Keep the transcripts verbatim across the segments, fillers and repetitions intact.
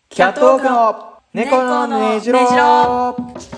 キャットウォークの猫のねじろー。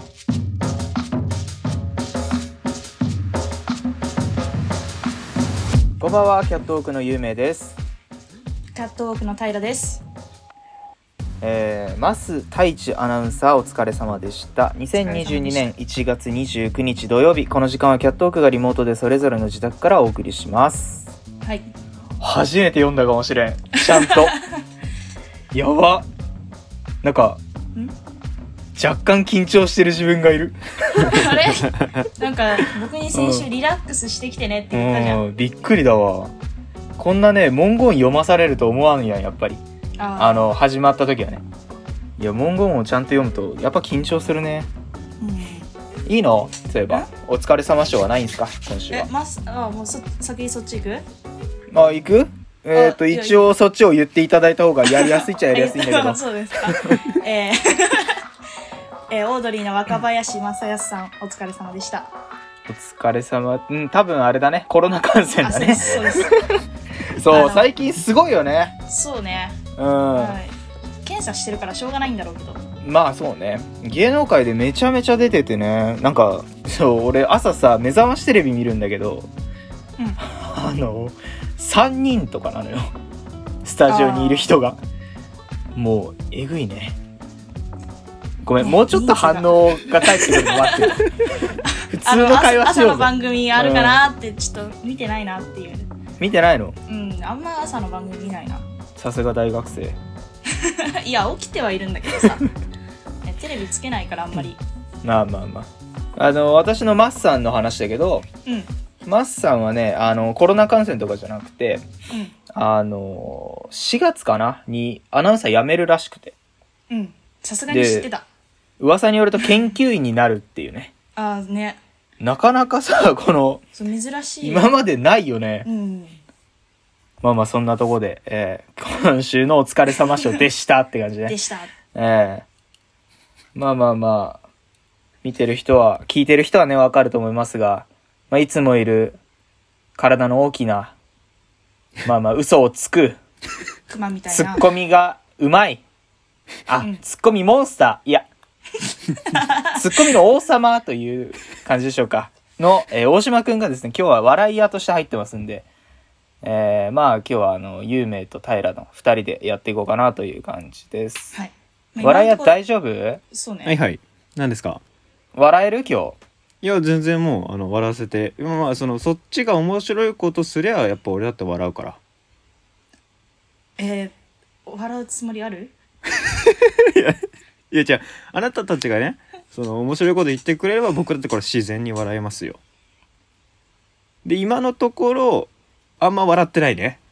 こんばんは、キャットウォークのゆうめいです。 キャットウォークの平です。 えー、増太一アナウンサーお疲れ様でした。にせんにじゅうにねんいちがつにじゅうくにち土曜日、この時間はキャットウォークがリモートでそれぞれの自宅からお送りします。 はい。 初めて読んだかもしれん、ちゃんとやば、なんか若干緊張してる自分がいるあれなんか僕に先週リラックスしてきてねって言ったじゃん、 うん、びっくりだわ。こんなね文言読まされると思わんやん、やっぱり。ああの始まった時はね、いや文言をちゃんと読むとやっぱ緊張するね、うん、いいの？そういえばお疲れ様賞はないんですか今週は。 え、ま、あもうそ先そっち行く？ あ、行く？えっと一応そっちを言っていただいた方がやりやすいっちゃやりやすいんだけどそうですかえーえー、オードリーの若林正康さんお疲れ様でした。 お疲れ様。うん、多分あれだね、コロナ感染だね。 そうですそうですそう最近すごいよね。 そうね、 うん、 はい、検査してるからしょうがないんだろうけど、 まあそうね、芸能界でめちゃめちゃ出ててね、なんかそう俺朝さ目覚ましテレビ見るんだけど、うん、あのさんにんとかなのよ、スタジオにいる人が。もうえぐいね。ごめん、ね、もうちょっと反応が返ってくるの待ってる普通の会話しようぜ。 朝の番組あるかなってちょっと見てないなっていう。 見てないの？ うん、あんま朝の番組見ないな。 さすが大学生いや起きてはいるんだけどさテレビつけないからあんまり。 まあまあまあ、あの私のマッさんの話だけど、うん、マッさんはね、あのコロナ感染とかじゃなくて、うん、あのしがつかなにアナウンサー辞めるらしくて、 うん、さすがに知ってた。 噂によると研究員になるっていうねあーね、 なかなかさ、この珍しい今までないよね、うん、まあまあそんなとこで、えー、今週のお疲れ様賞でしたって感じねでした、 えー、まあまあまあ見てる人は聞いてる人はね分かると思いますが、まあ、いつもいる体の大きなまあまあ嘘をつく熊みたいなツッコミがうまい、あ、うん、ツッコミモンスター、いやツッコミの王様という感じでしょうかの、えー、大島くんがですね今日は笑い屋として入ってますんで、えー、まあ今日はあのゆうめいと平のふたりでやっていこうかなという感じです、はい、まあ、笑い屋大丈夫？ そうね。はいはい。何ですか？ 笑える今日？ いや全然もうあの笑わせて、まあそのそっちが面白いことすりゃやっぱ俺だって笑うから。 えー、笑うつもりある？ いやいや違う、あなたたちがねその面白いこと言ってくれれば僕だってこれ自然に笑えますよ。で今のところあんま笑ってないね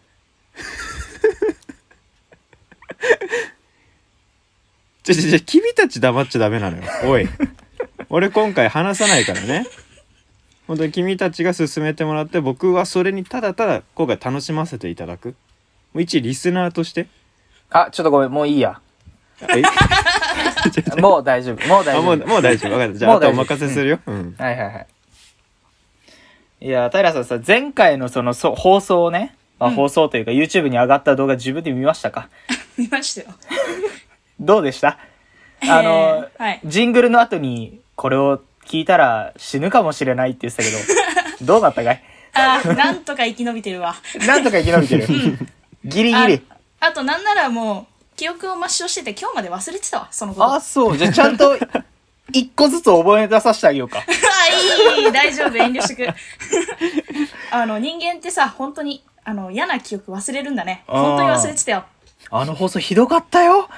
ちょちょちょ君たち黙っちゃダメなのよ。おい俺今回話さないからね。本当に君たちが進めてもらって僕はそれにただただ今回楽しませていただく、もう一リスナーとして。 あ、ちょっとごめん、もういいや。えもう大丈夫、もう大丈夫、 もう、もう大丈夫、分かった。じゃああとお任せするよ、うんうん、 はいはいはい。いや平さんさ、前回のそのそ放送をね、まあ、放送というか、うん、YouTube に上がった動画自分で見ましたか？ 見ましたよどうでした？あの、えーはい、ジングルの後にこれを聞いたら死ぬかもしれないって言ってたけどどうだったかい？ あ、なんとか生き延びてるわなんとか生き延びてる、うん、ギリギリ。 あ, あとなんならもう記憶を抹消してて今日まで忘れてたわそのこと。 あ、そう。じゃあちゃんと一個ずつ覚え出させてあげようかあ、いいいい大丈夫、遠慮してくあの人間ってさ本当にあの嫌な記憶忘れるんだね。本当に忘れてたよ。 あの放送ひどかったよ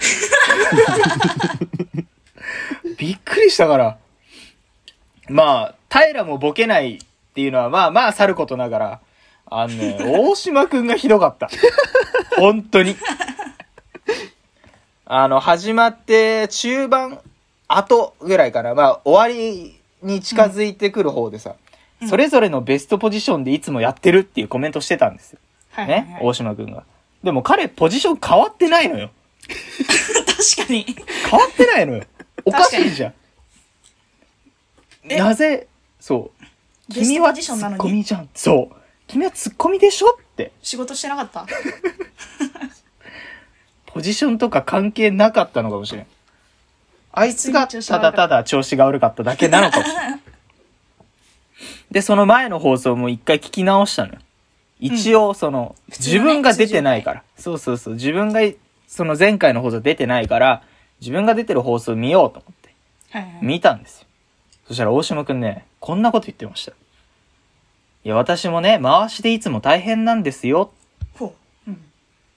びっくりしたから。まあ平もボケないっていうのはまあまあさることながら、あのね大島くんがひどかった本当に。あの始まって中盤後ぐらいかな、まあ終わりに近づいてくる方でさ、うん、それぞれのベストポジションでいつもやってるっていうコメントしてたんですよ、はいはいはい、ね、大島くんが。でも彼ポジション変わってないのよ確かに変わってないのよ。おかしいじゃん。なぜ？そう君はツッコミじゃん。そう君はツッコミでしょって。 仕事してなかったポジションとか関係なかったのかもしれん。あいつがただただ調子が悪かっただけなのかもしれない。で、その前の放送も一回聞き直したのよ。一応、その、うん、自分が出てないから。そうそうそう。自分が、その前回の放送出てないから、自分が出てる放送見ようと思って。はいはい、見たんですよ。そしたら大島くんね、こんなこと言ってました。いや、私もね、回しでいつも大変なんですよ。ほう。うん、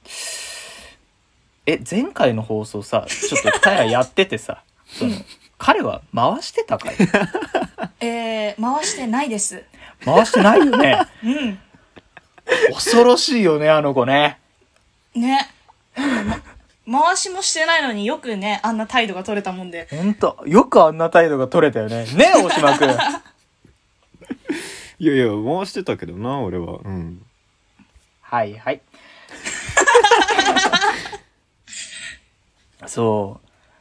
え、前回の放送さ、ちょっと平やっててさ、その、彼は回してたかいえー、回してないです。 回してないよね。 うん。 恐ろしいよね、あの子ね。 ね。ま、回しもしてないのによくね、あんな態度が取れたもんで。 ほんと、よくあんな態度が取れたよね。ね、大島くん。 いやいや、回してたけどな、俺は。うん。 はいはい。そう。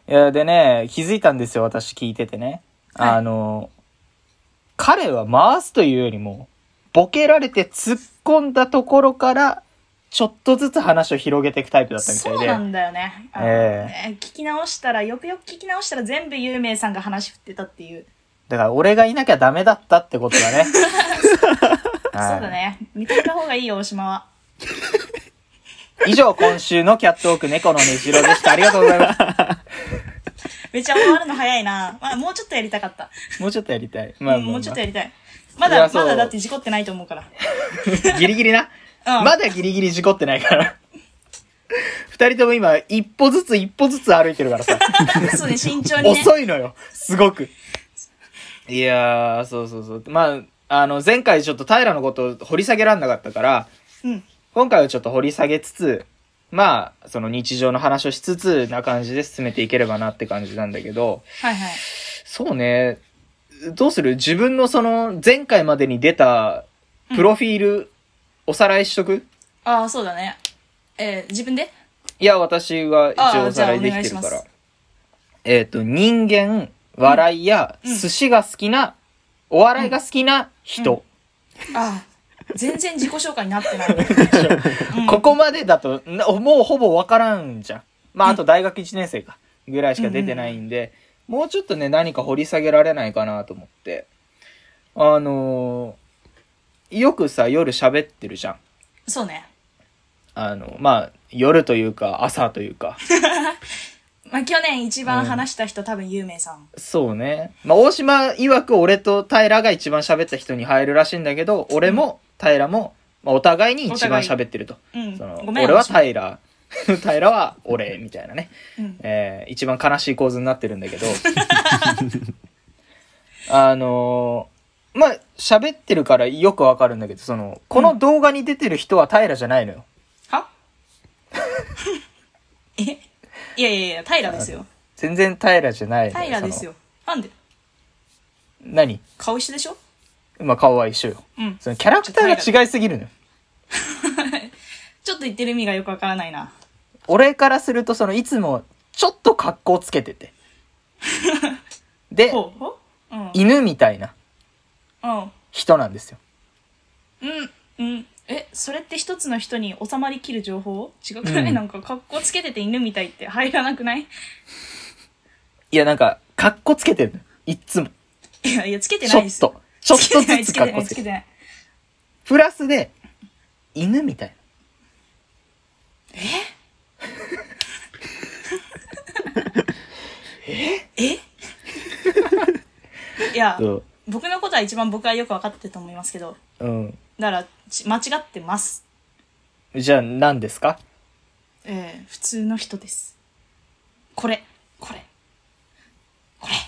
いや、でね、気づいたんですよ、私聞いててね。はい、あの、彼は回すというよりも、ボケられて突っ込んだところから、ちょっとずつ話を広げていくタイプだったみたいで。 そうなんだよね。あのね、えー、聞き直したら、よくよく聞き直したら全部有名さんが話振ってたっていう。 だから俺がいなきゃダメだったってことだね。 そうだね。認めた方がいいよ、大島は。 以上、今週のキャットウォーク猫のねじろでした。ありがとうございます。 めっちゃ終わるの早いな。まあ、もうちょっとやりたかった。 もうちょっとやりたい。まあまあまあ、 うん、もうちょっとやりたい。まだ、まだだって事故ってないと思うから。 ギリギリな。うん、まだギリギリ事故ってないから。二人とも今、一歩ずつ一歩ずつ歩いてるからさ。 そうね、慎重にね。 遅いのよ。すごく。いやー、そうそうそう。まあ、あの、前回ちょっと平のことを掘り下げらんなかったから、うん、今回はちょっと掘り下げつつ、まあ、その日常の話をしつつな感じで進めていければなって感じなんだけど、 はいはい。 そうね、どうする？自分のその前回までに出たプロフィール、うん、おさらいしとく？ ああ、そうだね。えー、自分で？ いや、私は一応おさらいできてるから。えっと、人間、笑いや寿司が好きな、うん、お笑いが好きな人。 うんうん、ああ。全然自己紹介になってない、 うん、ここまでだともうほぼ分からんじゃん。まああと大学いちねん生かぐらいしか出てないんで、うんうん、もうちょっとね何か掘り下げられないかなと思って、あのー、よくさ夜喋ってるじゃん。 そうね。 あのまあ夜というか朝というかまあ去年一番話した人、うん、多分有名さん。 そうね。まあ大島曰く俺と平が一番喋った人に入るらしいんだけど、俺も、うん平も、まあ、お互いに一番喋ってると。うん、その俺は平、平は俺みたいなね、うんえー。一番悲しい構図になってるんだけど。あのー、まあ、喋ってるからよくわかるんだけど、その、この動画に出てる人は平じゃないのよ。 はえいやいやいや、平ですよ。 全然平じゃない。 平ですよ。なんで何顔一緒でしょ。 まあ顔は一緒よ。うん。そのキャラクターが違いすぎるのよ。 ちょっと言ってる意味がよくわからないな。 俺からするとそのいつもちょっと格好つけてて。で、ほうほううん、犬みたいな人なんですよ。 うん。うん。え、それって一つの人に収まりきる情報？違くない、うん、なんか格好つけてて犬みたいって入らなくない？いやなんか格好つけてるの。いっつも。 いやいやつけてないですよ。 ちょっと。ちょっとずつ格好つけてない。プラスで、犬みたいな。 ええいや、僕のことは一番僕はよく分かってると思いますけど。うん。だから、間違ってます。 じゃあ何ですか？ えー、普通の人です。これ、これ、これ。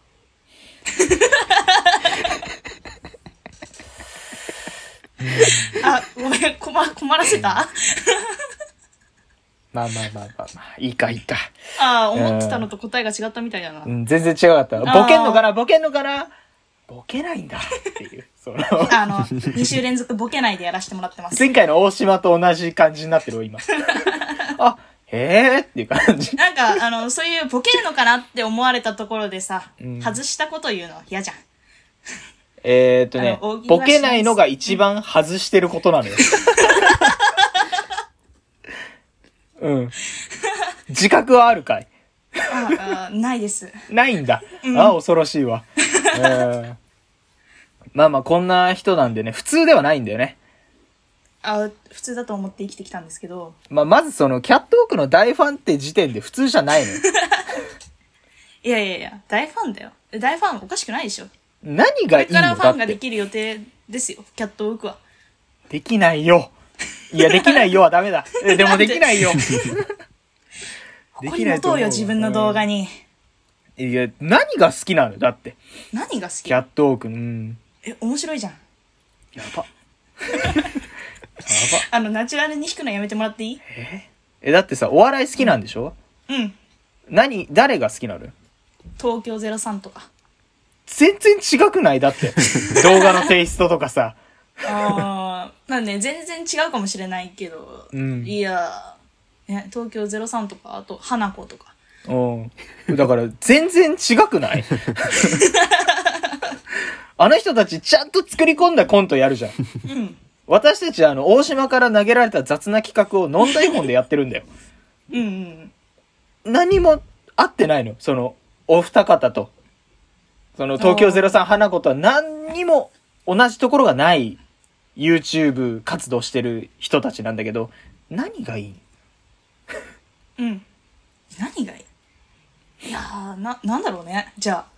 あ、ごめん、困、困らせたまあまあまあまあまあ、いいかいいか。 ああ、思ってたのと答えが違ったみたいだな。 うん、全然違かった。ボケんのかなボケんのかなボケないんだっていう。そのあの、に週連続ボケないでやらせてもらってます。 前回の大島と同じ感じになってる今。あ、へーっていう感じ。 なんか、あの、そういうボケるのかなって思われたところでさ、うん、外したこと言うの嫌じゃん。 えーっとね、ボケないのが一番外してることなのよ。うん。 自覚はあるかい？ ああ、ないです。 ないんだ。 うん、 ああ、恐ろしいわ。えー、まあまあ、こんな人なんでね、普通ではないんだよね。 あ、普通だと思って生きてきたんですけど。 まあ、まずその、キャットウォークの大ファンって時点で普通じゃないのよ。 いやいやいや、大ファンだよ。大ファンおかしくないでしょ。 何がいいのだって。これからファンができる予定ですよ、キャットウォークは。 できないよ。いや、できないよはダメだ。でもできないよ。 ここに持とうよ、自分の動画に。 いや、何が好きなのだって。 何が好き？ キャットウォーク、うん。 え、面白いじゃん。 やば。やば。 あの、ナチュラルに弾くのやめてもらっていい？ ええ、だってさ、お笑い好きなんでしょ？ うん。 何、誰が好きなの？ 東京ゼロさんとか。 全然違くない？だって。動画のテイストとかさ。 あー、なんで、全然違うかもしれないけど。 うん。 いやー、ね、東京ゼロさんとか、あと、花子とか。 うん。だから、全然違くない？あの人たちちゃんと作り込んだコントやるじゃん。 うん。 私たちあの、大島から投げられた雑な企画をノン台本でやってるんだよ。 うんうん。 何も合ってないの。その、お二方と。その、東京ゼロさん花子とは何にも同じところがない YouTube 活動してる人たちなんだけど、何がいい？ うん。何がいい？いやー、な、なんだろうね。じゃ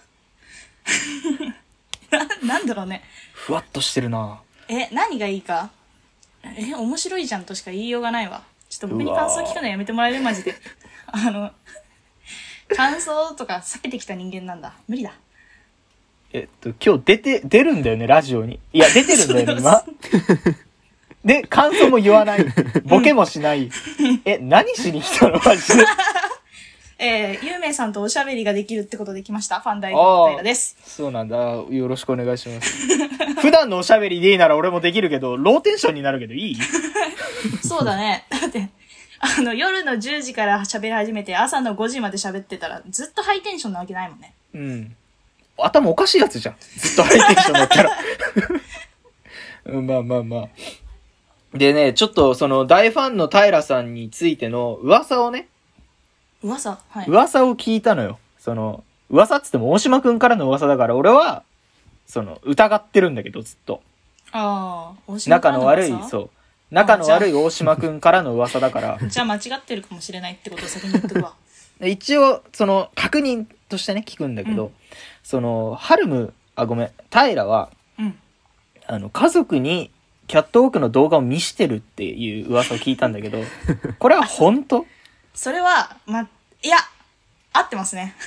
あ。な、なんだろうね。 ふわっとしてるな。 え、何がいいか？え、面白いじゃんとしか言いようがないわ。ちょっと僕に感想聞くのやめてもらえる？マジで。あの、感想とか避けてきた人間なんだ。無理だ。 えっと、今日出て、出るんだよね、ラジオに。いや、出てるんだよね、今。で、感想も言わない。ボケもしない。うん、え、何しに来たのマジで。 えー、ゆうめいさんとおしゃべりができるってことで来ました。ファン大の平です。 そうなんだ。よろしくお願いします。普段のおしゃべりでいいなら俺もできるけど、ローテンションになるけどいい？ そうだね。だって、あの、夜のじゅうじから喋り始めて、朝のごじまで喋ってたら、ずっとハイテンションなわけないもんね。 うん。頭おかしいやつじゃん。ずっとハイテンションだったら。まあまあまあ。でね、ちょっとその大ファンの平さんについての噂をね、 噂はい。 噂を聞いたのよ。その、噂っつっても大島くんからの噂だから、俺は、その、疑ってるんだけど、ずっと。 ああ、大島仲の悪い、そう。仲の悪い大島くんからの噂だから。 じゃあ間違ってるかもしれないってことを先に言っとくわ。 一応、その、確認としてね、聞くんだけど、うん、その、ハルム、あ、ごめん、平は、 うん、あの、家族に、キャットウォークの動画を見してるっていう噂を聞いたんだけど、これは本当？ それは、ま、いや、合ってますね。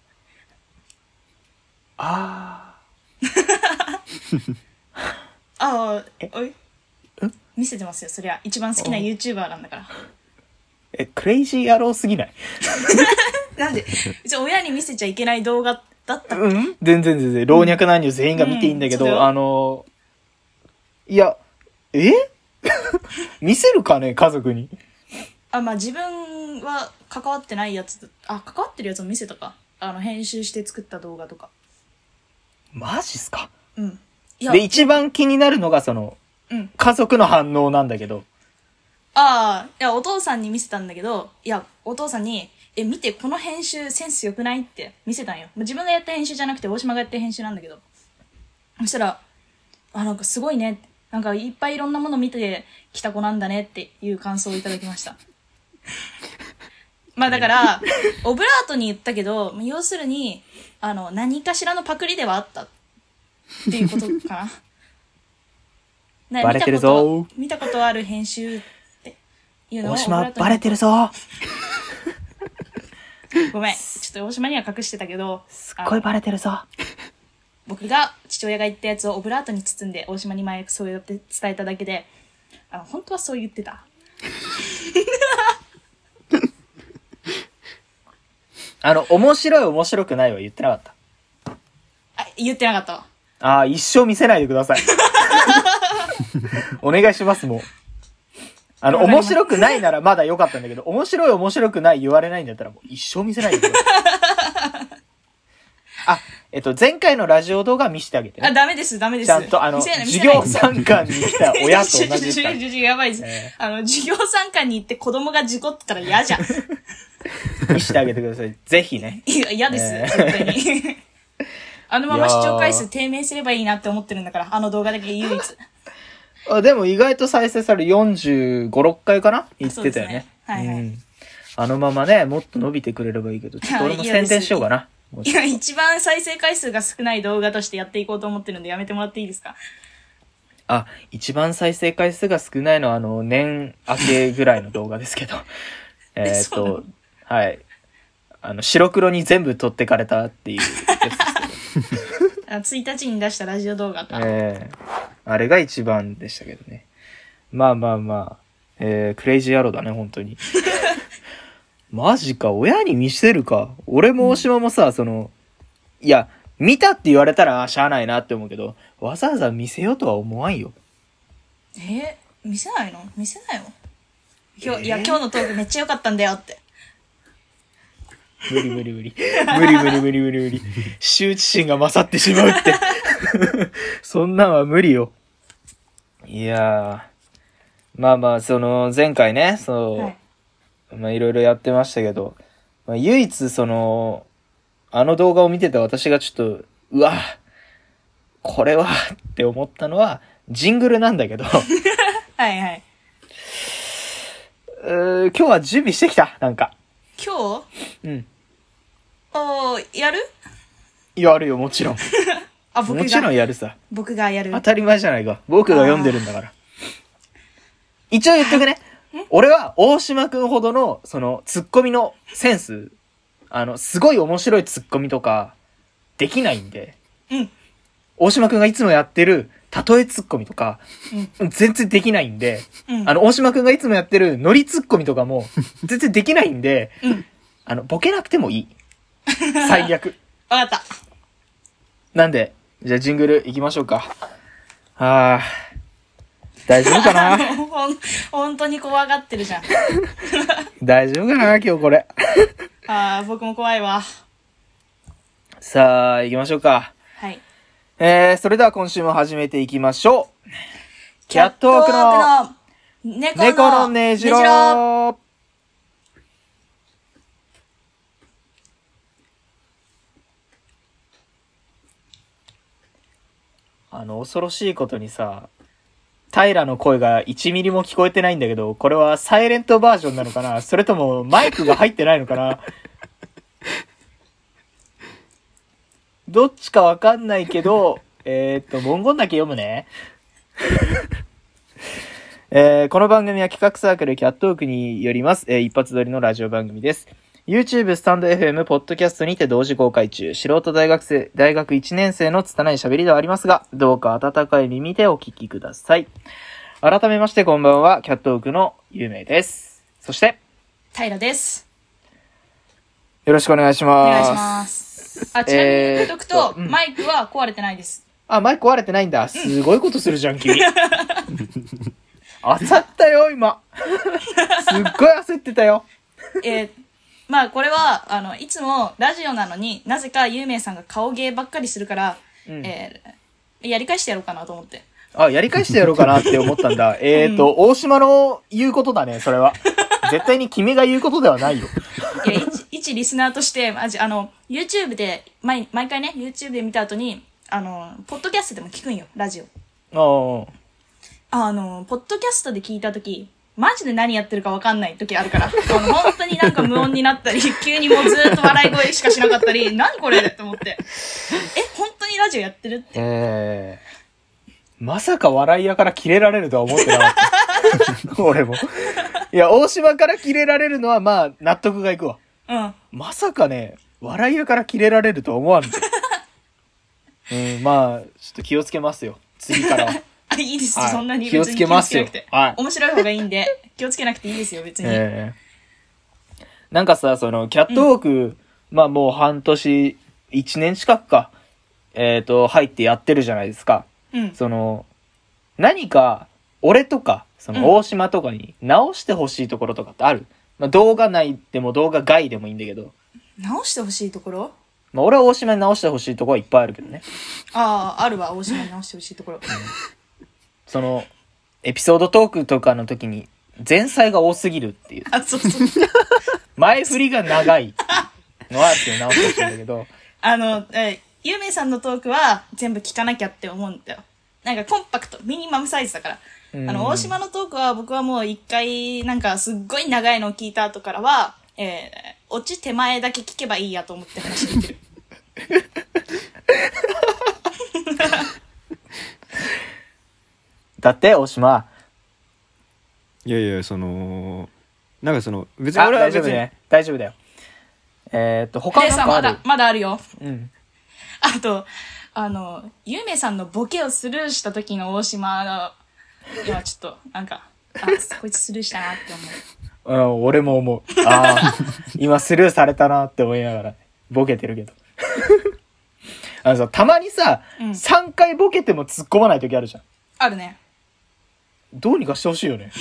ああ。ああ、おい見せてますよ、そりゃ。一番好きな YouTuber なんだから。 え、クレイジー野郎すぎない？ なんで、一応親に見せちゃいけない動画だったっけ？ うん、全然全然。老若男女全員が見ていいんだけど、うんうん、あの、いや、え見せるかね、家族に。 あ、まあ自分は関わってないやつ、あ、関わってるやつを見せたか。あの、編集して作った動画とか。 マジっすか？ うん。いやで、一番気になるのが、その、 うん、 家族の反応なんだけど。 ああ、いや、お父さんに見せたんだけど、いや、お父さんに、え、見て、この編集センス良くないって見せたんよ。自分がやった編集じゃなくて、大島がやった編集なんだけど。そしたら、あ、なんかすごいね。なんかいっぱいいろんなもの見てきた子なんだねっていう感想をいただきました。まあだから、オブラートに言ったけど、要するに、あの、何かしらのパクリではあったっていうことかな。 バレてるぞ見たこと、見たことある編集っていうのを大島バレてるぞごめん、ちょっと大島には隠してたけど、 すっごいバレてるぞ。 僕が父親が言ったやつをオブラートに包んで大島に前そうやって伝えただけで、あの本当はそう言ってた。 あの面白い面白くないは言ってなかった。 あ、言ってなかったわ。 ああ、一生見せないでください。お願いしますもう。あの面白くないならまだ良かったんだけど、面白い面白くない言われないんだったらもう一生見せないでください。あ、えっと前回のラジオ動画見せてあげて、ね。 あ、ダメですダメです。 ちゃんとあの授業参観に来た親と同じ。 やばいです、えー。あの授業参観に行って子供が事故ってたら嫌じゃん。 見せてあげてください。ぜひね。 いや、嫌です、 えー絶対に。あのまま視聴回数低迷すればいいなって思ってるんだから、あの動画だけ唯一。 あでも意外と再生されよんじゅうご、ろっかいかな言ってたよね。 ねはいはい、 うん。あのままね、もっと伸びてくれればいいけど、ちょっと俺も宣伝しようかな。 いや、一番再生回数が少ない動画としてやっていこうと思ってるんでやめてもらっていいですか？ あ、一番再生回数が少ないのはあの、年明けぐらいの動画ですけど。えっと、はい。あの、白黒に全部撮ってかれたっていうやつですけど。 あ、ついたちに出したラジオ動画か。 えー、あれが一番でしたけどね。まあまあまあ、えー、クレイジー野郎だね、本当に。マジか、親に見せるか。俺も大島もさ、うん、その、いや、見たって言われたら、しゃあないなって思うけど、わざわざ見せようとは思わんよ。 えー、見せないの？見せないよ。今日、えー、いや、今日のトークめっちゃ良かったんだよって。 無理無理無理。無理無理無理無理無理。羞恥心が勝ってしまうって。そんなんは無理よ。いやー。まあまあ、その、前回ね、そう、はい、まあいろいろやってましたけど、まあ、唯一その、あの動画を見てた私がちょっと、うわ、これはって思ったのは、ジングルなんだけど。 はいはい。 う今日は準備してきた、なんか。 今日うん。 おー、やる？ やるよ、もちろん。 あ、僕が。 もちろんやるさ。 僕がやる。 当たり前じゃないか。僕が読んでるんだから。一応言っとくね。俺は大島くんほどの、その、ツッコミのセンス、あの、すごい面白いツッコミとか、できないんで。 うん。 大島くんがいつもやってる、例えツッコミとか、うん、全然できないんで、うん、あの、大島くんがいつもやってるノリツッコミとかも、全然できないんで、うん、あの、ボケなくてもいい。最悪。 わかった。 なんで、じゃあジングル行きましょうか。あー、大丈夫かなほん、本当に怖がってるじゃん。 大丈夫かな今日これ。 あー、僕も怖いわ。 さあ、行きましょうか。 はい。 えー、それでは今週も始めていきましょう。キャットウォークの猫の猫のねじろ。あの、恐ろしいことにさ、平の声がいちミリも聞こえてないんだけど、これはサイレントバージョンなのかな？それともマイクが入ってないのかな？どっちかわかんないけど、えー、っと、文言だけ読むね。えー、この番組は企画サークルキャットウォークによります、えー、一発撮りのラジオ番組です。YouTube、スタンド エフエム、ポッドキャストにて同時公開中。素人大学生、大学いちねん生の拙い喋りではありますが、どうか温かい耳でお聞きください。改めましてこんばんは、キャットウォークのゆうめいです。そして、 平です。 よろしくお願いします。 お願いします。あ、ちなみに言っとくと、えーとうん、マイクは壊れてないです。 あ、マイク壊れてないんだ。すごいことするじゃん、君。焦ったよ、今。すっごい焦ってたよ。 えー、まあこれは、あの、いつもラジオなのになぜかゆうめいさんが顔芸ばっかりするから、うん、えー、やり返してやろうかなと思って。 あ、やり返してやろうかなって思ったんだ。えっと、うん、大島の言うことだね、それは。絶対に君が言うことではないよ。 いや、一、一リスナーとして、マジ、あの、YouTube で、毎、毎回ね、YouTube で見た後に、あの、ポッドキャストでも聞くんよ、ラジオ。 ああ。あの、ポッドキャストで聞いたとき、マジで何やってるか分かんない時あるから、あの、本当になんか無音になったり、急にもうずーっと笑い声しかしなかったり、何これと思って。え、本当にラジオやってるって。 えー、まさか笑い屋からキレられるとは思ってなかった。俺も。いや、大島からキレられるのはまあ、納得がいくわ。 うん。 まさかね、笑い屋からキレられるとは思わんで。うん、まあ、ちょっと気をつけますよ。次からは。 あ、いいですよ、 はい、 そんなに別に気をつけますよ。はい。 面白い方がいいんで、気をつけなくていいですよ、別に。 えー、なんかさ、その、キャットウォーク、うん、まあもう半年、一年近くか、えっと、入ってやってるじゃないですか。 うん。 その、何か、俺とか、その、大島とかに直してほしいところとかってある？うん、まあ動画内でも動画外でもいいんだけど。 直してほしいところ？ まあ俺は大島に直してほしいところはいっぱいあるけどね。 ああ、あるわ、大島に直してほしいところ。 その、エピソードトークとかの時に、前菜が多すぎるっていう。 あ、そうそう。 前振りが長いのはって直してほしいんだけどあの、え、ゆうめいさんのトークは全部聞かなきゃって思うんだよ。なんかコンパクト、ミニマムサイズだから。あの、大島のトークは僕はもう一回、なんかすっごい長いのを聞いた後からは、えー、落ち手前だけ聞けばいいやと思って話してる。 だって大島いやいやそのなんかその別にあ俺は別に大丈夫ね大丈夫だよ。えー、っと他レイさんまなんかあるだ、まだあるよ。 うんあと、あの、ゆうめいさんのボケをスルーした時の大島の、今ちょっと、なんか、あ、こいつスルーしたなって思う。 うん、俺も思う。ああ、今スルーされたなって思いながら、ボケてるけど。あのさ、たまにさ、 うんさんかいボケても突っ込まない時あるじゃん。 あるね。 どうにかしてほしいよね。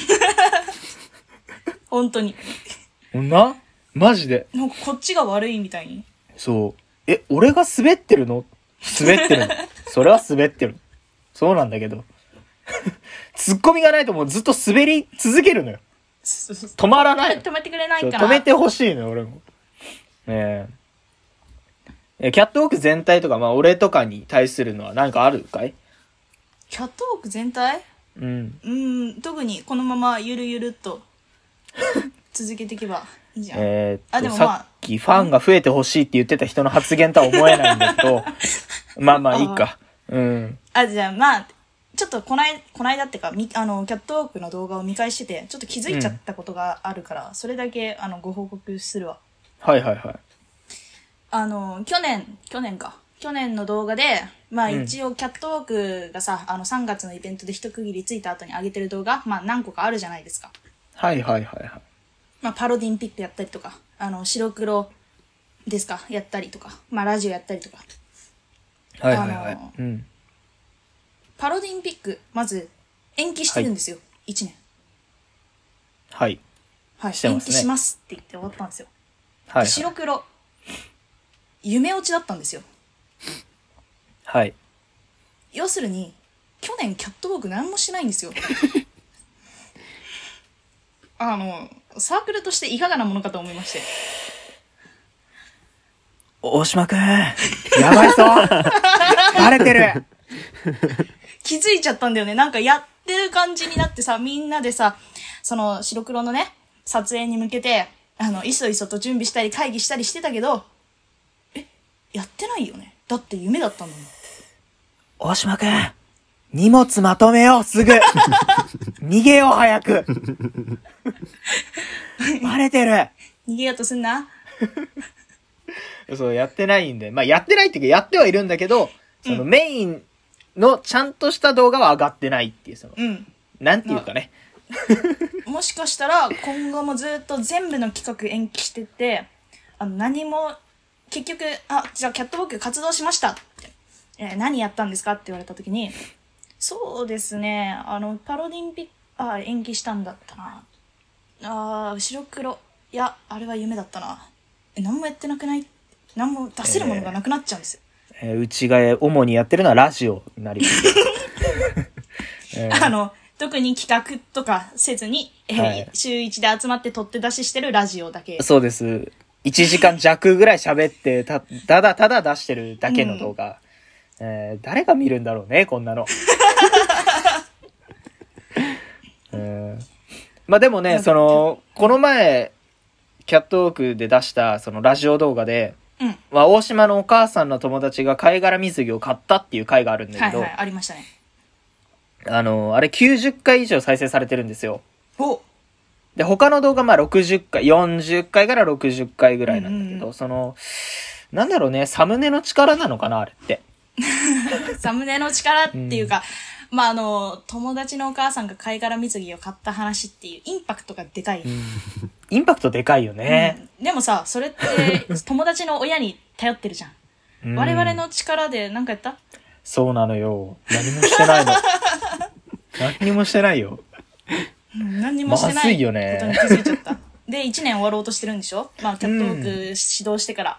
本当に。 なマジで。 なんかこっちが悪いみたいに。 そう。え、俺が滑ってるの滑ってるの。それは滑ってる。そうなんだけど。ツッコミがないともうずっと滑り続けるのよ。止まらない。 止めてくれないそうから。 止めてほしいのよ、俺も。ねえ。え、キャットウォーク全体とか、まあ俺とかに対するのは何かあるかい？ キャットウォーク全体うん。 うーん、特にこのままゆるゆるっと続けていけばいいじゃん。 えー、っと、 あでもまあさっきファンが増えてほしいって言ってた人の発言とは思えないんだけど、まあまあいいか。うん。 あ、じゃあまあ、ちょっとこない、こないだってか、みあの、キャットウォークの動画を見返してて、ちょっと気づいちゃったことがあるから、うん、それだけあのご報告するわ。 はいはいはい。 あの、去年、去年か。去年の動画で、まあ一応キャットウォークがさ、あのさんがつのイベントで一区切りついた後に上げてる動画、まあ何個かあるじゃないですか。 はいはいはいはい。 まあパロディンピックやったりとか、あの白黒ですか、やったりとか、まあラジオやったりとか。 はいはいはい。 あのうん。 パロディンピック、まず延期してるんですよ。はい、いちねん。 はい。 はい。 してますね。 延期しますって言って終わったんですよ。 はい、はい。 白黒、夢落ちだったんですよ。 はい。 要するに、去年キャットウォーク何もしないんですよ。あの、サークルとしていかがなものかと思いまして。 大島くん、やばいぞバレてる気づいちゃったんだよね。なんかやってる感じになってさ、みんなでさ、その白黒のね、撮影に向けて、あの、いそいそと準備したり会議したりしてたけど、え、やってないよね。だって夢だったんだもん。 大島くん、荷物まとめよう、すぐ逃げよう、早くバレてる逃げようとすんな。 そう、やってないんで。まあ、やってないっていうか、やってはいるんだけど、そのメインのちゃんとした動画は上がってないっていう、その、 うん。 なんていうかね。 もしかしたら、今後もずっと全部の企画延期してて、あの、何も、結局、あ、じゃあキャットウォーク活動しましたって、えー、何やったんですかって言われたときに、そうですね、あの、パロディンピック、あ、延期したんだったな。あー、白黒。いや、あれは夢だったな。え、何もやってなくない？何も出せるものがなくなっちゃうんですよ。 えー、うちが主にやってるのはラジオになります、 えー、あの、特に企画とかせずに、えーはい、週一で集まって取って出ししてるラジオだけ。 そうです。いちじかん弱ぐらい喋って、た、ただただ出してるだけの動画。うん、えー、誰が見るんだろうね、こんなの。えー、まあでもね、その、この前、キャットウォークで出したそのラジオ動画で、 うん、 まあ、大島のお母さんの友達が貝殻水着を買ったっていう回があるんだけど、 はいはい、ありましたね。 あの、あれきゅうじゅっかい以上再生されてるんですよ。 おで、他の動画まあろくじゅっかい、よんじゅっかいからろくじゅっかいぐらいなんだけど、うんうん、その、なんだろうね、サムネの力なのかな、あれって。 サムネの力っていうか、うん、まあ、あの、友達のお母さんが貝殻水着を買った話っていうインパクトがでかい。うん、 インパクトでかいよね、 うん。でもさ、それって友達の親に頼ってるじゃん。うん、我々の力で何かやった？ そうなのよ。何もしてないの。何もしてないよ。 何にもしてないことに気づいちゃった。で、いちねん終わろうとしてるんでしょ？まあ、キャットウォーク指導してから。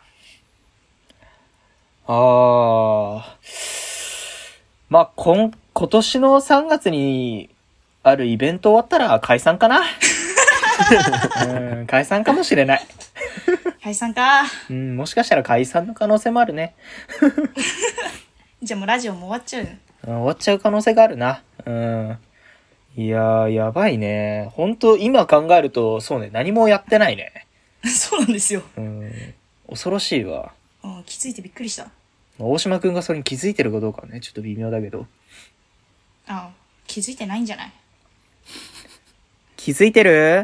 うん、ああ。まあ、今、今年のさんがつにあるイベント終わったら解散かな。 うん解散かもしれない。 解散か。 うんもしかしたら解散の可能性もあるね。 じゃあもうラジオも終わっちゃうよ。 うん終わっちゃう可能性があるな。うんいやーやばいね。本当今考えるとそうね何もやってないね。 そうなんですよ。 うん恐ろしいわ。 うん、気づいてびっくりした。 大島くんがそれに気づいてるかどうかはねちょっと微妙だけど。 あ、気づいてないんじゃない？ 気づいてる？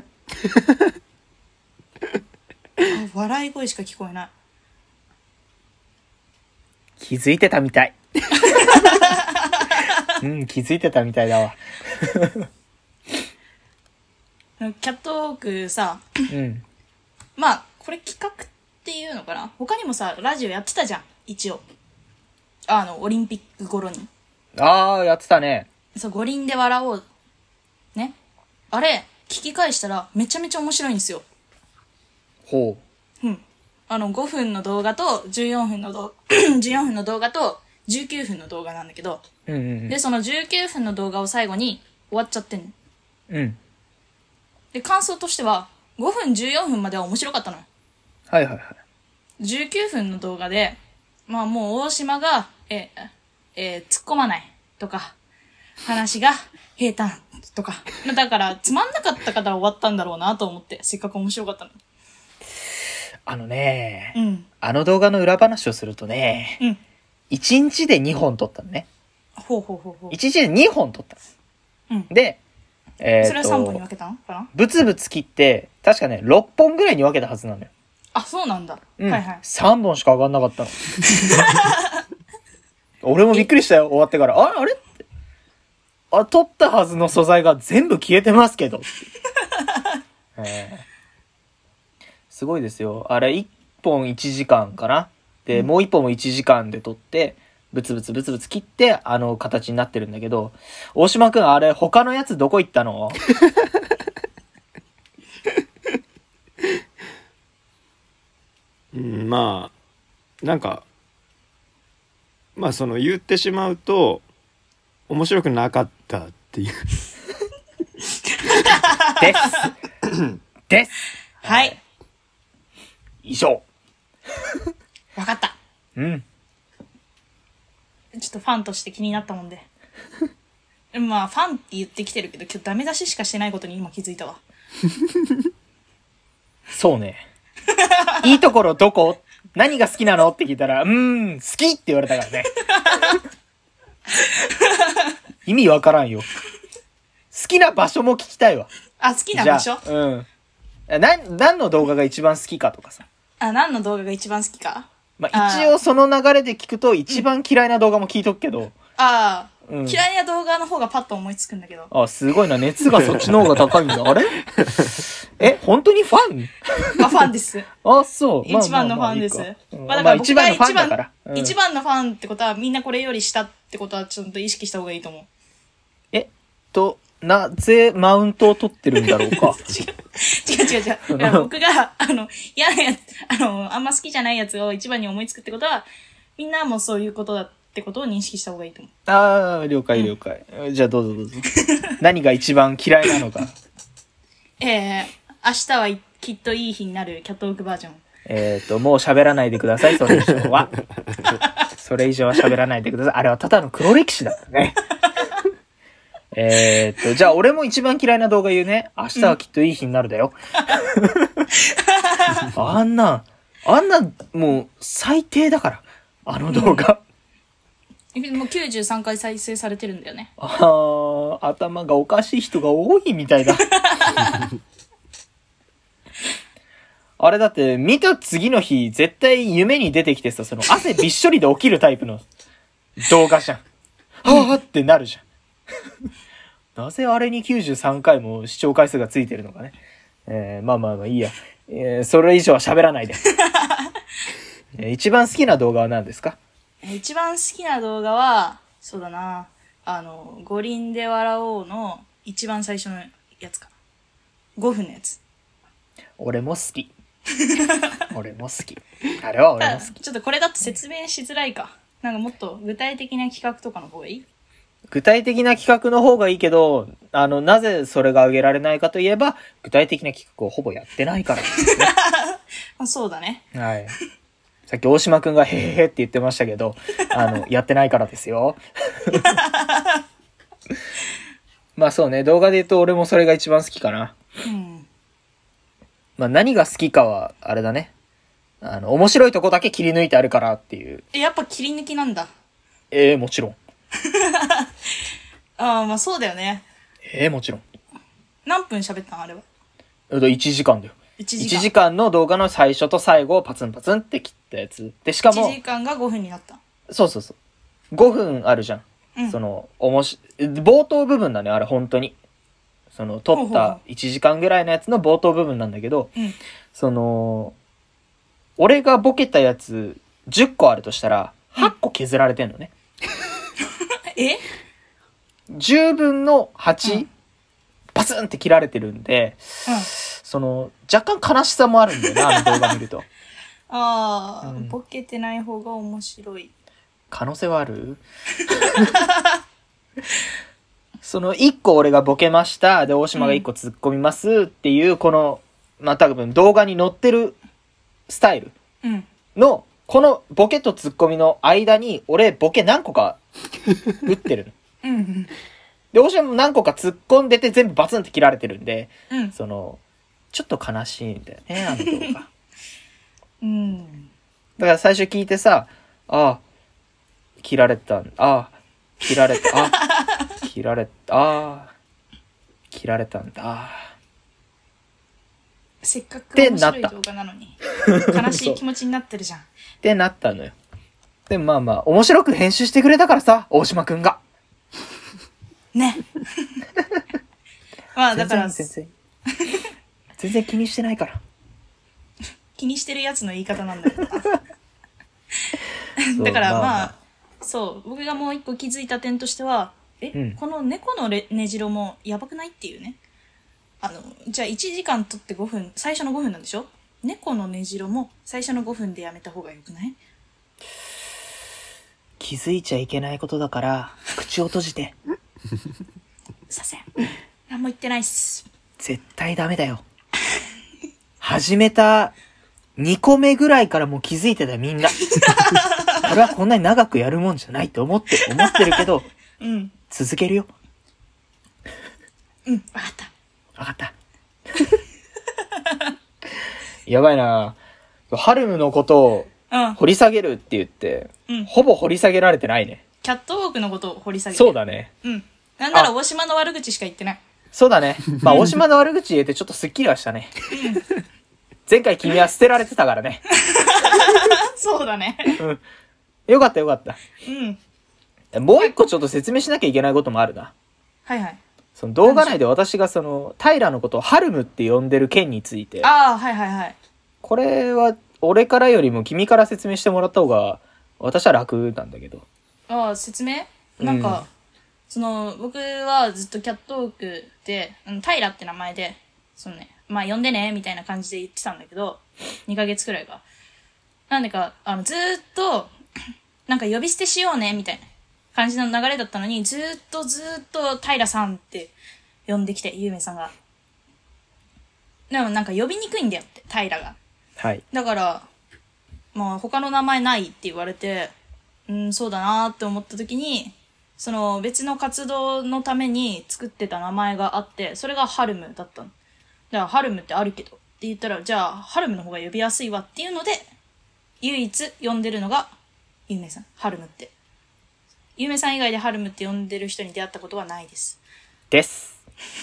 あ、笑い声しか聞こえない。 気づいてたみたい。うん気づいてたみたいだわ。 キャットウォークさ、 うんまあこれ企画っていうのかな。他にもさラジオやってたじゃん一応。あのオリンピック頃に。 あーやってたね。 そう五輪で笑おうね。あれ聞き返したらめちゃめちゃ面白いんですよ。 ほうん。あのごふんの動画とじゅうよんふんの動じゅうよんふんの動画とじゅうきゅうふんの動画なんだけど、 う。うんうんでそのじゅうきゅうふんの動画を最後に終わっちゃってんの。 うん。うん。 で感想としてはごふんじゅうよんふんまでは面白かったのよ。 はいはいはい。 じゅうきゅうふんの動画で、まあもう大島が、えー、えー、突っ込まないとか、話が平坦とか。だから、つまんなかったから終わったんだろうなと思って、せっかく面白かったの。 あのね、 うん。 あの動画の裏話をするとね、 うん。 いちにちでにほん撮ったのね。 ほうほうほうほう。 いちにちでにほん撮ったの。 うん。 で、えー、とそれはさんぼんに分けたのかな？ ブツブツ切って、確かね、ろっぽんぐらいに分けたはずなのよ。 あ、そうなんだ。 うん、 はいはい。 さんぼんしか上がんなかったの。俺もびっくりしたよ、終わってから。あれあれって。あ、撮ったはずの素材が全部消えてますけど。えー、すごいですよ。あれいっぽんいちじかんかな。で、うん、もういっぽんもいちじかんで撮って、ブツブツブツブツ切って、あの形になってるんだけど、大島くん、あれ、他のやつどこ行ったの？ うん、まあ、なんか、まあその言ってしまうと、面白くなかったっていう。 です。です。 はい。 以上。 わかった。 うん。 ちょっとファンとして気になったもんで。まあ、ファンって言ってきてるけど、今日ダメ出ししかしてないことに今気づいたわ。 そうね。いいところどこ？何が好きなのって聞いたら、うーん、好きって言われたからね。意味わからんよ。好きな場所も聞きたいわ。 あ、好きな場所？ うん。な、何の動画が一番好きかとかさ。 あ、何の動画が一番好きか？ まあ、一応その流れで聞くと一番嫌いな動画も聞いとくけど。 ああ、 うん、 嫌いな動画の方がパッと思いつくんだけど。 あ、すごいな。熱がそっちの方が高いんだ。あれえ、本当にファン？ あ、ファンです。 あ、そう。 一番のファンです。 まあだから僕が一番、 うん、一番のファンってことはみんなこれより下ってことはちょっと意識した方がいいと思う。 えっと、なぜマウントを取ってるんだろうか。 違う違う違う違う。僕が、あの、嫌なやつ、あの、あんま好きじゃないやつを一番に思いつくってことは、みんなもそういうことだってことを認識した方がいいと思う。 ああ、了解了解。うん、じゃあどうぞどうぞ。何が一番嫌いなのか。 えー、明日はきっといい日になるキャットウォークバージョン。 えっと、もう喋らないでください、それ以上は。それ以上は喋らないでください。あれはただの黒歴史だったね。えーっと、じゃあ俺も一番嫌いな動画言うね。明日はきっといい日になるだよ。うん、あんな、あんな、もう最低だから。あの動画。 うん、もうきゅうじゅうさんかい再生されてるんだよね。 ああ、頭がおかしい人が多いみたいだ。あれだって見た次の日絶対夢に出てきてさ、その汗びっしょりで起きるタイプの動画じゃん。はぁってなるじゃん。なぜあれにきゅうじゅうさんかいも視聴回数がついてるのかね。えー、まあまあまあいいや。えー、それ以上は喋らないで。えー、一番好きな動画は何ですか？ 一番好きな動画は、そうだな。あの、五輪で笑おうの一番最初のやつかな。ごふんのやつ。 俺も好き。俺も好き。あれは俺も好き。 ちょっとこれだと説明しづらいか。なんかもっと具体的な企画とかの方がいい？ 具体的な企画の方がいいけど、あの、なぜそれが挙げられないかといえば、具体的な企画をほぼやってないからですね。 まあ、そうだね。 はい。さっき大島くんがへへへって言ってましたけど、あの、やってないからですよ。まあそうね、動画で言うと俺もそれが一番好きかな。 うん。 まあ何が好きかは、あれだね。あの、面白いとこだけ切り抜いてあるからっていう。 え、やっぱ切り抜きなんだ。 ええもちろん。 ああ、まあそうだよね。 ええもちろん。 何分喋ったのあれは。 えっと、いちじかんだよ。 いちじかん。 いちじかんの動画の最初と最後をパツンパツンって切ったやつ。で、しかも、 いちじかんがごふんになった。 そうそうそう。ごふんあるじゃん。 うん。 その、おもし、冒頭部分だね、あれ、本当に。その、撮っほうほうほたいちじかんぐらいのやつの冒頭部分なんだけど、 うん。 その、俺がボケたやつじゅっこあるとしたら、はっこ削られてんのね。 えじゅうぶんのはち、 うんパツンって切られてるんで、 うん。 その、若干悲しさもあるんだよな、あの動画見ると。 ああ、 うんボケてない方が面白い。 可能性はあるそのいっこ俺がボケましたで大島がいっこ突っ込みますっていうこの、まあ多分動画に載ってるスタイルうん。 のこのボケと突っ込みの間に俺ボケ何個か打ってるのうんうん。 で大島も何個か突っ込んでて全部バツンって切られてるんで、 うん。 そのちょっと悲しいんだよねあの動画うん。 だから最初聞いてさ、ああ切られたんああ切られたあ切られたああ切られたんだせっかくて面なった白い動画なのに悲しい気持ちになってるじゃん。 ってなったのよ。でもまあまあ面白く編集してくれたからさ大島くんがね。まあだから全然全然全然気にしてないから気にしてるやつの言い方なんだけどな。 そうだからまあ、 まあそう僕がもう一個気づいた点としてはえ、 うんこの猫のレねじろもやばくないっていうね。あのじゃあいちじかん撮ってごふん最初のごふんなんでしょ。猫のねじろも最初のごふんでやめた方がよくない？ 気づいちゃいけないことだから口を閉じてさせん何も言ってないっす。 絶対ダメだよ始めたにこめぐらいからもう気づいてたよみんなこれはこんなに長くやるもんじゃないって思って思ってるけどうん続けるようん分かった分かったやばいなハルムのことをうん掘り下げるって言って、 うんほぼ掘り下げられてないね。 キャットウォークのことを掘り下げてそうだね。 うんなんなら大島の悪口しか言ってない。 そうだね。まあ、大島の悪口言えてちょっとスッキリはしたね。前回君は捨てられてたからね。 そうだねうん。よかったよかった。 うんもう一個ちょっと説明しなきゃいけないこともあるな。 はいはいその動画内で私がその、平のことをハルムって呼んでる件について、 ああはいはいはいこれは俺からよりも君から説明してもらった方が私は楽なんだけど。 ああ説明なんか、その僕はずっとキャットウォークであの平って名前でそのねまあ呼んでねみたいな感じで言ってたんだけどにかげつくらいがなんでかあのずーっとなんか呼び捨てしようねみたいな感じの流れだったのにずーっとずーっと平さんって呼んできてゆうめいさんがでもなんか呼びにくいんだよって平がはい。 だからまあ他の名前ないって言われてうんそうだなって思った時にその別の活動のために作ってた名前があってそれがハルムだったの。だからハルムってあるけどって言ったらじゃあハルムの方が呼びやすいわっていうので唯一呼んでるのがゆうめいさんハルムってゆうめいさん以外でハルムって呼んでる人に出会ったことはないですです。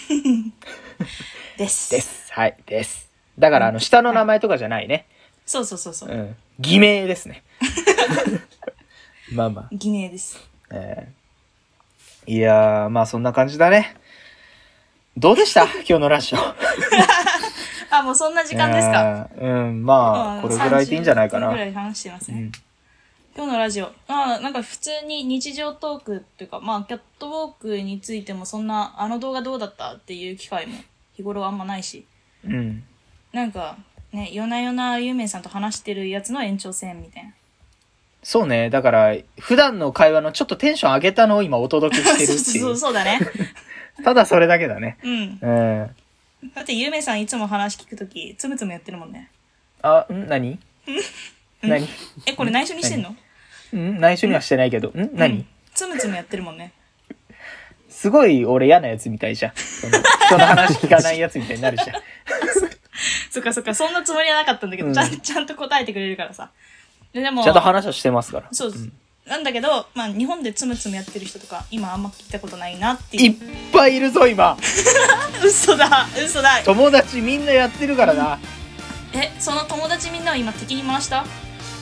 ですです。はい。です。だからあの、下の名前とかじゃないね。 そうそうそうそう、 うん。偽名ですね。まあまあ。 偽名です。 えーいやー、まあそんな感じだね。どうでした今日のラジオ。 あもうそんな時間ですか。 えーうん、まあ、これぐらいでいいんじゃないかな。 さんじゅっぷんぐらい話してますね。 うん、 今日のラジオ。あなんか普通に日常トークっていうか、まあ、キャットウォークについてもそんな、あの動画どうだったっていう機会も日頃あんまないし。 うん。 なんか、ね、夜な夜なゆうめいさんと話してるやつの延長線みたいな。 そうね。だから普段の会話のちょっとテンション上げたのを今お届けしてるっていう。 そうそうそうだね。 ただそれだけだね。 うん。 うん。 だってゆめさんいつも話聞くときつむつむやってるもんね。 あ、ん何何え、これ内緒にしてんの？ ん内緒にはしてないけど。ん何、うん、 つむつむやってるもんね。 すごい俺嫌なやつみたいじゃん。その人の話聞かないやつみたいになるじゃん。 そっかそっか、そんなつもりはなかったんだけど、うん、ちゃんちゃんと答えてくれるからさ。ででもちゃんと話はしてますから。 そうです。うん、なんだけど、まあ日本でつむつむやってる人とか今あんま聞いたことないなっていう。 いっぱいいるぞ今。 嘘だ嘘だ。 友達みんなやってるからな。 うん、え、その友達みんなを今敵に回した？うん。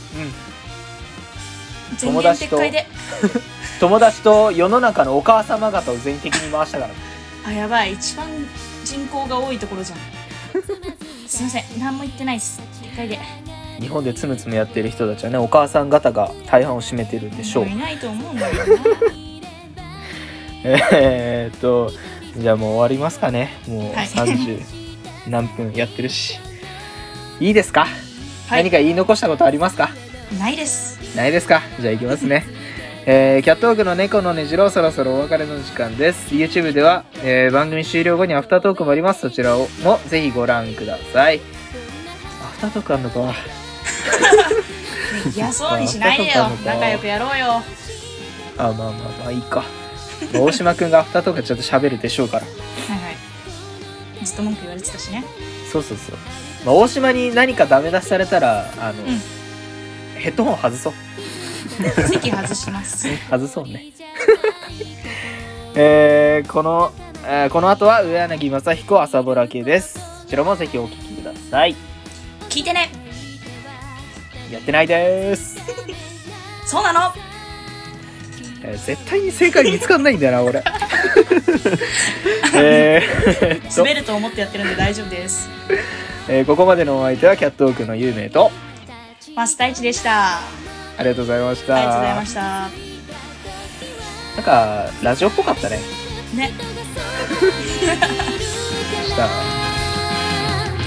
友達と友達と世の中のお母様方を全員敵に回したから。 あ、やばい、一番人口が多いところじゃん。すいません、何も言ってないです。一回で。 日本でつむつむやってる人たちはね、お母さん方が大半を占めてるんでしょう。 いないと思うんだけどな。 えーっとじゃあもう終わりますかね。もうさんじゅう何分やってるし、いいですか、はい、何か言い残したことありますか？ ないです。 ないですか。じゃあ行きますね。えー、キャットウォークの猫のねじろ、そろそろお別れの時間です。 YouTube では、えー、番組終了後にアフタートークもあります。そちらをもぜひご覧ください。アフタートークあんのか。 嫌そうにしないでよ。仲良くやろうよ。 あ、まあまあまあいいか。大島くんがアフタートークちょっと喋るでしょうから。 はいはい。ずっと文句言われてたしね。 そうそうそう。まあ、大島に何かダメ出しされたらあの、うん、ヘッドホン外そう。 席外します。 外そうね。えー、この、えー、この後は上柳正彦朝ぼら系です。こちらもぜひお聞きください。 聞いてね。 やってないです。 そうなの。 えー、絶対に正解見つかんないんだよな俺。えー、滑ると思ってやってるんで大丈夫です。 えー、ここまでのお相手はキャットウォークのゆうめいとマスタイチでした。 ありがとうございました。 ありがとうございました。 なんかラジオっぽかったね。 ね。 した。